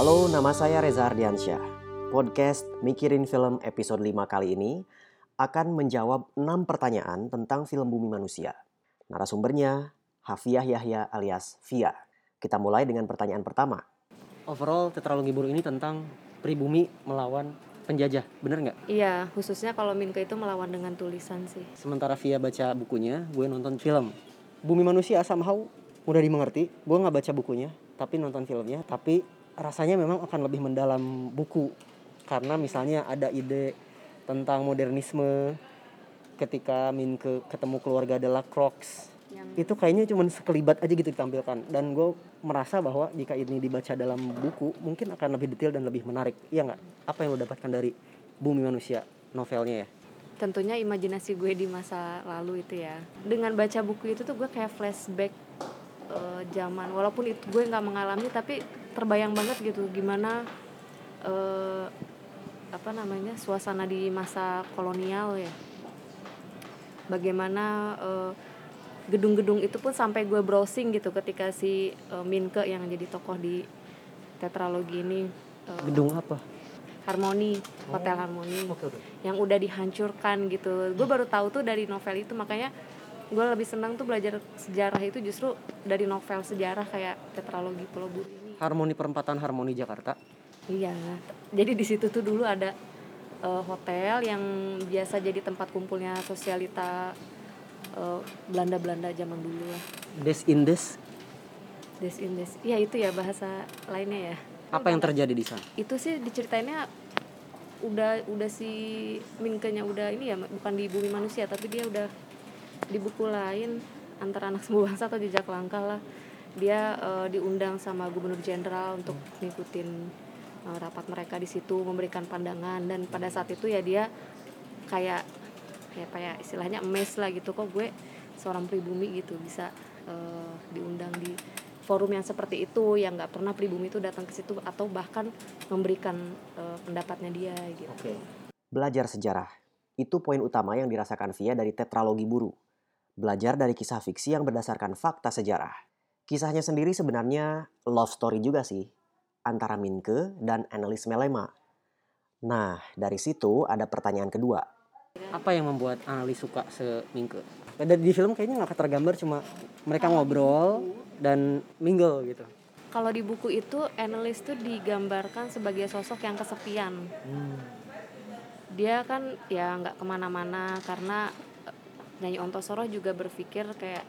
Halo, nama saya Reza Ardiansyah. Podcast Mikirin Film episode 5 kali ini akan menjawab 6 pertanyaan tentang film Bumi Manusia. Narasumbernya Hafiah Yahya alias Via. Kita mulai dengan pertanyaan pertama. Overall, tetralogi Buru ini tentang pribumi melawan penjajah, bener nggak? Iya, khususnya kalau Minke itu melawan dengan tulisan sih. Sementara Via baca bukunya, gue nonton film. Bumi Manusia somehow mudah dimengerti. Gue nggak baca bukunya, tapi nonton filmnya. Tapi rasanya memang akan lebih mendalam buku. Karena misalnya ada ide tentang modernisme ketika Minke ketemu keluarga Delacroix. Itu kayaknya cuma sekelibat aja gitu ditampilkan. Dan gue merasa bahwa jika ini dibaca dalam buku, mungkin akan lebih detail dan lebih menarik. Iya nggak? Apa yang lo dapatkan dari Bumi Manusia, novelnya ya? Tentunya imajinasi gue di masa lalu itu ya. Dengan baca buku itu tuh gue kayak flashback zaman. Walaupun itu gue nggak mengalami, tapi terbayang banget gitu gimana suasana di masa kolonial ya. Bagaimana gedung-gedung itu pun sampai gue browsing gitu ketika si Minke yang jadi tokoh di tetralogi ini. Gedung apa? Harmoni, Hotel Harmoni, yang udah dihancurkan gitu. Gue baru tahu tuh dari novel itu, makanya gue lebih senang tuh belajar sejarah itu justru dari novel sejarah kayak tetralogi Pulau Buru ini. Harmoni Perempatan Harmoni Jakarta. Iya, jadi di situ tuh dulu ada hotel yang biasa jadi tempat kumpulnya sosialita Belanda zaman dulu lah. Des Indes. Iya itu ya bahasa lainnya ya. Apa yang terjadi di sana? Itu sih diceritainnya udah si Minkenya udah ini ya, bukan di Bumi Manusia, tapi dia udah di buku lain, antara Anak Sembuh Bangsa atau Jejak Langkah lah. Dia diundang sama Gubernur Jenderal untuk ngikutin rapat mereka di situ, memberikan pandangan. Dan pada saat itu ya dia kayak istilahnya emes lah gitu, kok gue seorang pribumi gitu bisa diundang di forum yang seperti itu, yang nggak pernah pribumi itu datang ke situ atau bahkan memberikan pendapatnya dia gitu. Oke. Belajar sejarah. Itu poin utama yang dirasakan Via dari tetralogi Buru. Belajar dari kisah fiksi yang berdasarkan fakta sejarah. Kisahnya sendiri sebenarnya love story juga sih, antara Minke dan Annelies Melema. Nah, dari situ ada pertanyaan kedua. Apa yang membuat Annelies suka Minke? Di film kayaknya nggak tergambar, cuma mereka ngobrol dan mingle gitu. Kalau di buku itu Annelies tuh digambarkan sebagai sosok yang kesepian. Dia kan ya nggak kemana-mana karena Nyai Ontosoro juga berpikir kayak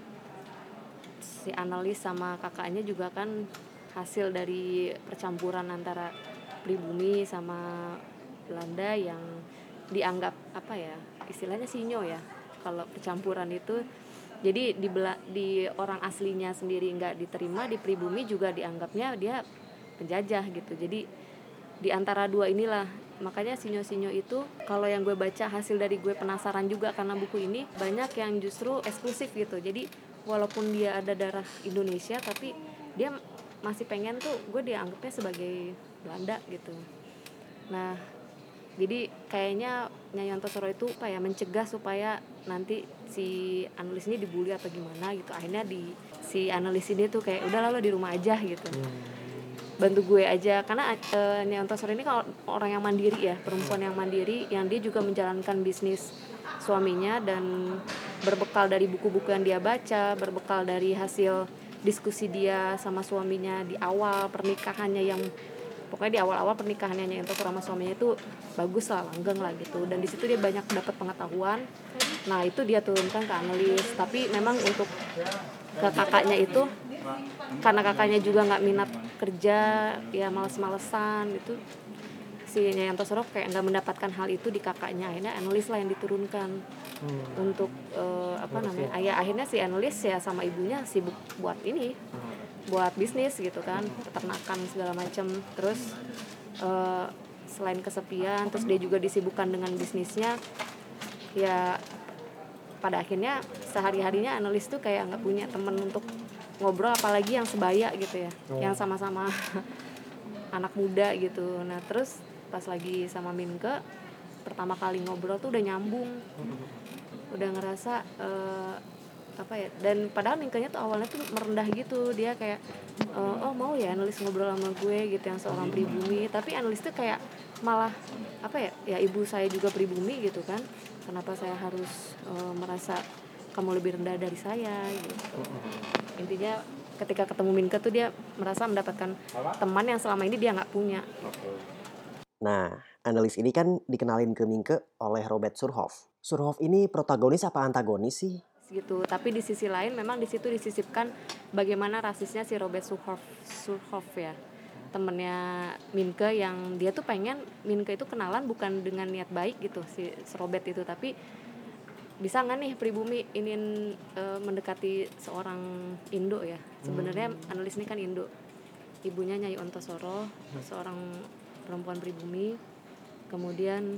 si Annelies sama kakaknya juga kan hasil dari percampuran antara pribumi sama Belanda yang dianggap istilahnya sinyo ya kalau percampuran itu. Jadi di orang aslinya sendiri nggak diterima, di pribumi juga dianggapnya dia penjajah gitu. Jadi di antara dua inilah, makanya sinyo-sinyo itu kalau yang gue baca hasil dari gue penasaran juga karena buku ini banyak yang justru eksklusif gitu. Jadi walaupun dia ada darah Indonesia, tapi dia masih pengen tuh gue dianggapnya sebagai Belanda gitu. Nah, jadi kayaknya Nyai Ontosoro itu mencegah supaya nanti si Annelies ini dibully atau gimana gitu. Akhirnya si Annelies ini tuh kayak udah lalu di rumah aja gitu. Bantu gue aja karena Nyai Ontosoro ini kalau orang yang mandiri ya, perempuan yang mandiri yang dia juga menjalankan bisnis suaminya, dan berbekal dari buku-buku yang dia baca, berbekal dari hasil diskusi dia sama suaminya di awal pernikahannya, yang pokoknya di awal-awal pernikahannya Nyai Ontosoro sama suaminya itu bagus lah, langgeng lah gitu. Dan di situ dia banyak dapat pengetahuan. Nah itu dia turunkan ke Annelies. Tapi memang untuk ke kakaknya itu, karena kakaknya juga nggak minat kerja, ya males-malesan itu, si Nyai Ontosoro kayak nggak mendapatkan hal itu di kakaknya. Akhirnya Annelies lah yang diturunkan untuk akhirnya si Annelies ya sama ibunya sibuk buat ini, buat bisnis gitu kan, peternakan segala macam. Terus selain kesepian, terus dia juga disibukkan dengan bisnisnya. Ya pada akhirnya sehari-harinya Annelies tuh kayak nggak punya teman untuk ngobrol, apalagi yang sebaya gitu ya, yang sama-sama anak muda gitu. Nah terus pas lagi sama Minke pertama kali ngobrol tuh udah nyambung, udah ngerasa apa ya, dan padahal Minkenya tuh awalnya tuh merendah gitu, dia kayak oh mau ya analis ngobrol sama gue gitu yang seorang pribumi, tapi analis tuh kayak malah apa ya, ya ibu saya juga pribumi gitu kan, kenapa saya harus merasa kamu lebih rendah dari saya gitu. Intinya ketika ketemu Minke tuh dia merasa mendapatkan teman yang selama ini dia nggak punya. Nah, analis ini kan dikenalin ke Minke oleh Robert Surhoff. Surhoff ini protagonis apa antagonis sih? Gitu. Tapi di sisi lain memang di situ disisipkan bagaimana rasisnya si Robert Surhoff ya, temennya Minke, yang dia tuh pengen Minke itu kenalan bukan dengan niat baik gitu si Robert itu, tapi bisa nggak nih pribumi ingin mendekati seorang Indo ya. Sebenarnya analis ini kan Indo, ibunya Nyai Ontosoro, seorang perempuan pribumi, kemudian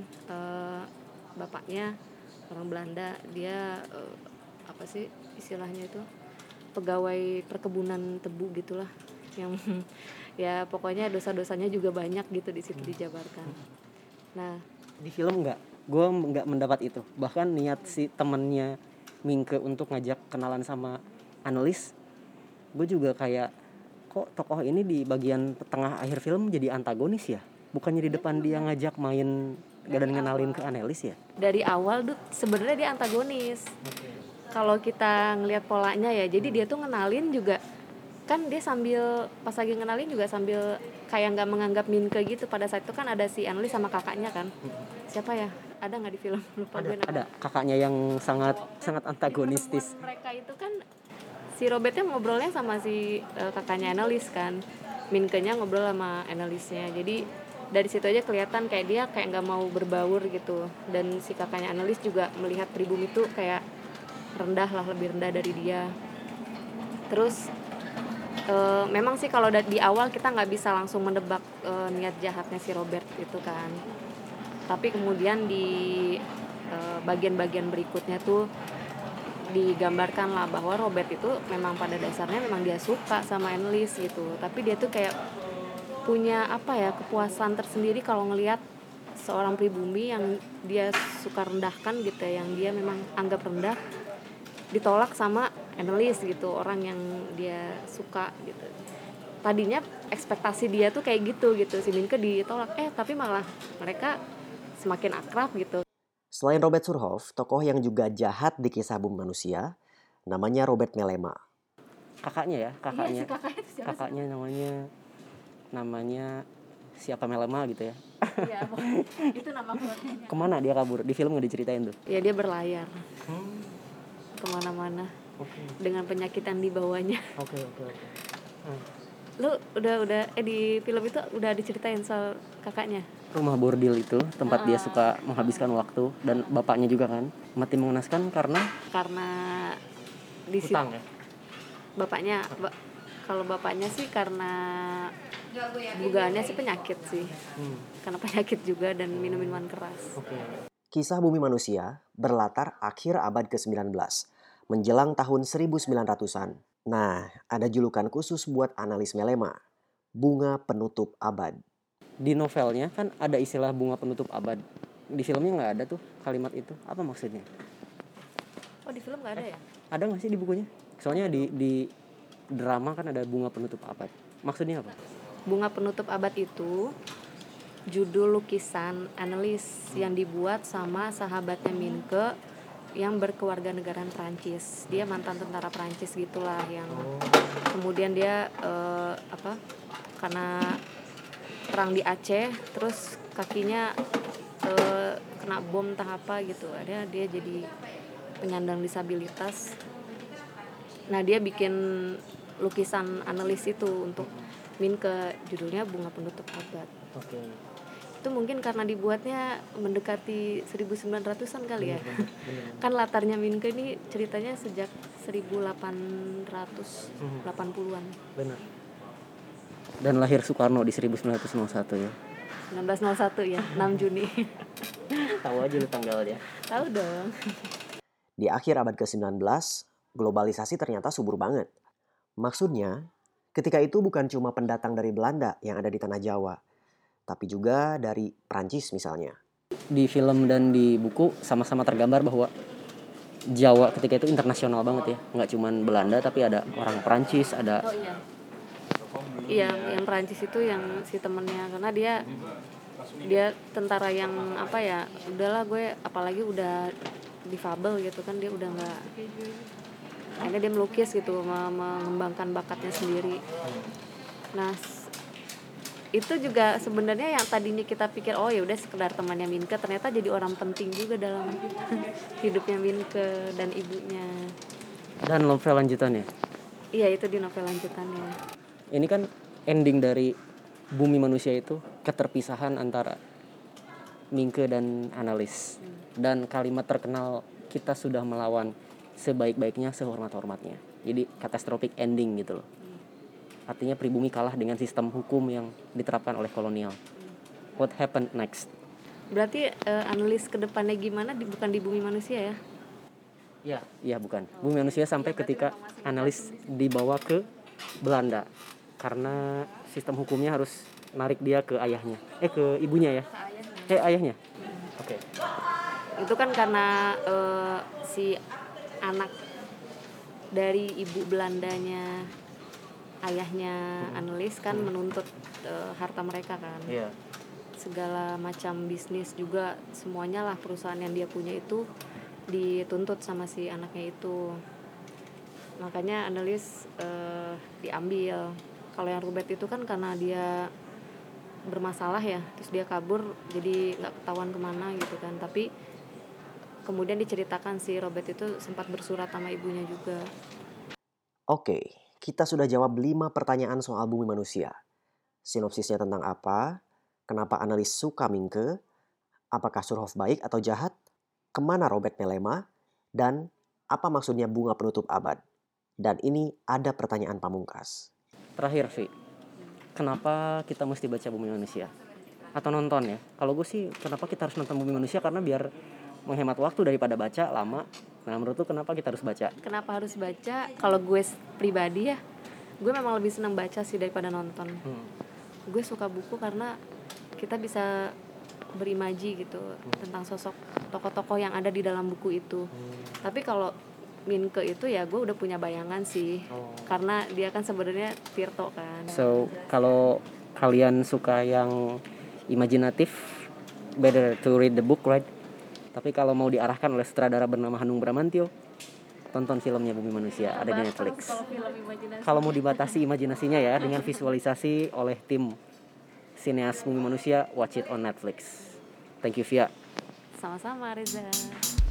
bapaknya orang Belanda, dia apa sih istilahnya itu, pegawai perkebunan tebu gitulah, yang ya pokoknya dosa-dosanya juga banyak gitu di situ dijabarkan. Nah Di film gue nggak mendapat itu. Bahkan niat si temennya Minke untuk ngajak kenalan sama analis, gue juga kayak kok tokoh ini di bagian tengah akhir film jadi antagonis ya, bukannya di depan dia ngajak main dan ngenalin ke analis ya. dari awal tuh sebenarnya dia antagonis. Kalau kita ngelihat polanya ya, jadi dia tuh ngenalin juga kan, dia sambil pas lagi ngenalin juga sambil kayak nggak menganggap Minke gitu. Pada saat itu kan ada si analis sama kakaknya kan, siapa ya, ada nggak di film, lupa gue namanya. Ada kakaknya yang sangat antagonistis. Mereka itu kan si Robertnya ngobrolnya sama si kakaknya analis kan, Minkenya ngobrol sama analisnya. Jadi dari situ aja kelihatan kayak dia kayak nggak mau berbaur gitu, dan si kakaknya analis juga melihat pribumi itu kayak rendah lah, lebih rendah dari dia. Terus memang sih kalau di awal kita nggak bisa langsung menebak niat jahatnya si Robert itu kan, tapi kemudian di bagian-bagian berikutnya tuh digambarkan lah bahwa Robert itu memang pada dasarnya memang dia suka sama analis gitu, tapi dia tuh kayak punya apa ya, kepuasan tersendiri kalau ngelihat seorang pribumi yang dia suka rendahkan gitu, yang dia memang anggap rendah, ditolak sama analis gitu, orang yang dia suka gitu. Tadinya ekspektasi dia tuh kayak gitu si Minke ditolak, tapi malah mereka semakin akrab gitu. Selain Robert Surhoff, tokoh yang juga jahat di Kisah Bumi Manusia namanya Robert Melema. Kakaknya ya, kakaknya. Iya, si kakaknya itu siapa? Kakaknya namanya siapa Melema gitu ya. Iya, itu nama keluarganya. Kemana dia kabur? Di film nggak diceritain tuh? Ya dia berlayar kemana-mana dengan penyakit yang dibawanya. Oke. Lu udah di film itu udah diceritain soal kakaknya? Rumah bordil itu tempat dia suka menghabiskan waktu, dan bapaknya juga kan mati mengenaskan karena di utang ya. Bapaknya kalau bapaknya sih karena dugaannya sih penyakit sih. Karena penyakit juga dan minum-minuman keras. Kisah Bumi Manusia berlatar akhir abad ke-19, menjelang tahun 1900-an. Nah, ada julukan khusus buat analis Melema, bunga penutup abad. Di novelnya kan ada istilah bunga penutup abad. Di filmnya nggak ada tuh kalimat itu. Apa maksudnya? Oh, di film nggak ada ya? Ada nggak sih di bukunya? Soalnya di drama kan ada bunga penutup abad. Maksudnya apa? Bunga penutup abad itu judul lukisan analis yang dibuat sama sahabatnya Minke yang berkewarganegaraan Prancis. Dia mantan tentara Prancis gitulah, yang kemudian dia karena perang di Aceh, terus kakinya kena bom entah apa gitu, ada dia jadi penyandang disabilitas. Nah dia bikin lukisan analis itu untuk Minke, judulnya bunga penutup abad. Itu mungkin karena dibuatnya mendekati 1900-an kali ya. Kan latarnya Minke ini ceritanya sejak 1880-an. Benar. Dan lahir Soekarno di 1901 ya. 1901 ya, 6 Juni. Tahu aja lu tanggalnya. Tahu dong. Di akhir abad ke-19, globalisasi ternyata subur banget. Maksudnya, ketika itu bukan cuma pendatang dari Belanda yang ada di tanah Jawa, tapi juga dari Prancis misalnya. Di film dan di buku sama-sama tergambar bahwa Jawa ketika itu internasional banget ya, nggak cuman Belanda tapi ada orang Perancis, ada Oh iya, yang Perancis itu yang si temennya, karena dia tentara yang apa ya, udahlah gue apalagi udah difabel gitu kan, dia udah nggak, akhirnya dia melukis gitu, mengembangkan bakatnya sendiri. Nah itu juga sebenarnya yang tadinya kita pikir oh ya udah sekedar temannya Minke, ternyata jadi orang penting juga dalam hidupnya Minke dan ibunya. dan novel lanjutannya. Iya, itu di novel lanjutannya. Ini kan ending dari Bumi Manusia itu keterpisahan antara Minke dan Analis, dan kalimat terkenal kita sudah melawan sebaik-baiknya sehormat-hormatnya. Jadi catastrophic ending gitu loh. Artinya pribumi kalah dengan sistem hukum yang diterapkan oleh kolonial. What happened next? Berarti analis kedepannya gimana bukan di Bumi Manusia ya? Iya bukan. Bumi Manusia sampai ketika Analis dibawa ke Belanda karena sistem hukumnya harus narik dia ke ayahnya, ke ibunya ya, ayahnya. Oke. Itu kan karena si anak dari ibu Belandanya, ayahnya Analis kan menuntut harta mereka kan. Iya. Segala macam bisnis juga, semuanya lah perusahaan yang dia punya itu dituntut sama si anaknya itu. Makanya Analis diambil. Kalau yang Robert itu kan karena dia bermasalah ya, terus dia kabur jadi nggak ketahuan kemana gitu kan. Tapi kemudian diceritakan si Robert itu sempat bersurat sama ibunya juga. Oke, kita sudah jawab 5 pertanyaan soal Bumi Manusia. Sinopsisnya tentang apa? Kenapa Analis suka Minke? Apakah Surhoff baik atau jahat? Kemana Robert Melema? Dan apa maksudnya bunga penutup abad? Dan ini ada pertanyaan pamungkas. Terakhir Vi, kenapa kita mesti baca Bumi Manusia? Atau nonton ya? Kalau gue sih kenapa kita harus nonton Bumi Manusia, karena biar menghemat waktu daripada baca lama. Nah menurut lu kenapa kita harus baca? Kenapa harus baca? Kalau gue pribadi ya, gue memang lebih senang baca sih daripada nonton. Gue suka buku karena kita bisa berimaji gitu tentang sosok tokoh-tokoh yang ada di dalam buku itu. Tapi kalau Minke itu ya gue udah punya bayangan sih, karena dia kan sebenarnya Tirto kan. So kalau kalian suka yang imajinatif, better to read the book, right? Tapi kalau mau diarahkan oleh sutradara bernama Hanung Bramantyo, tonton filmnya Bumi Manusia, ada di Netflix. Kalau mau dibatasi imajinasinya ya dengan visualisasi oleh tim sineas Bumi Manusia, watch it on Netflix. Thank you Via. Sama-sama Reza.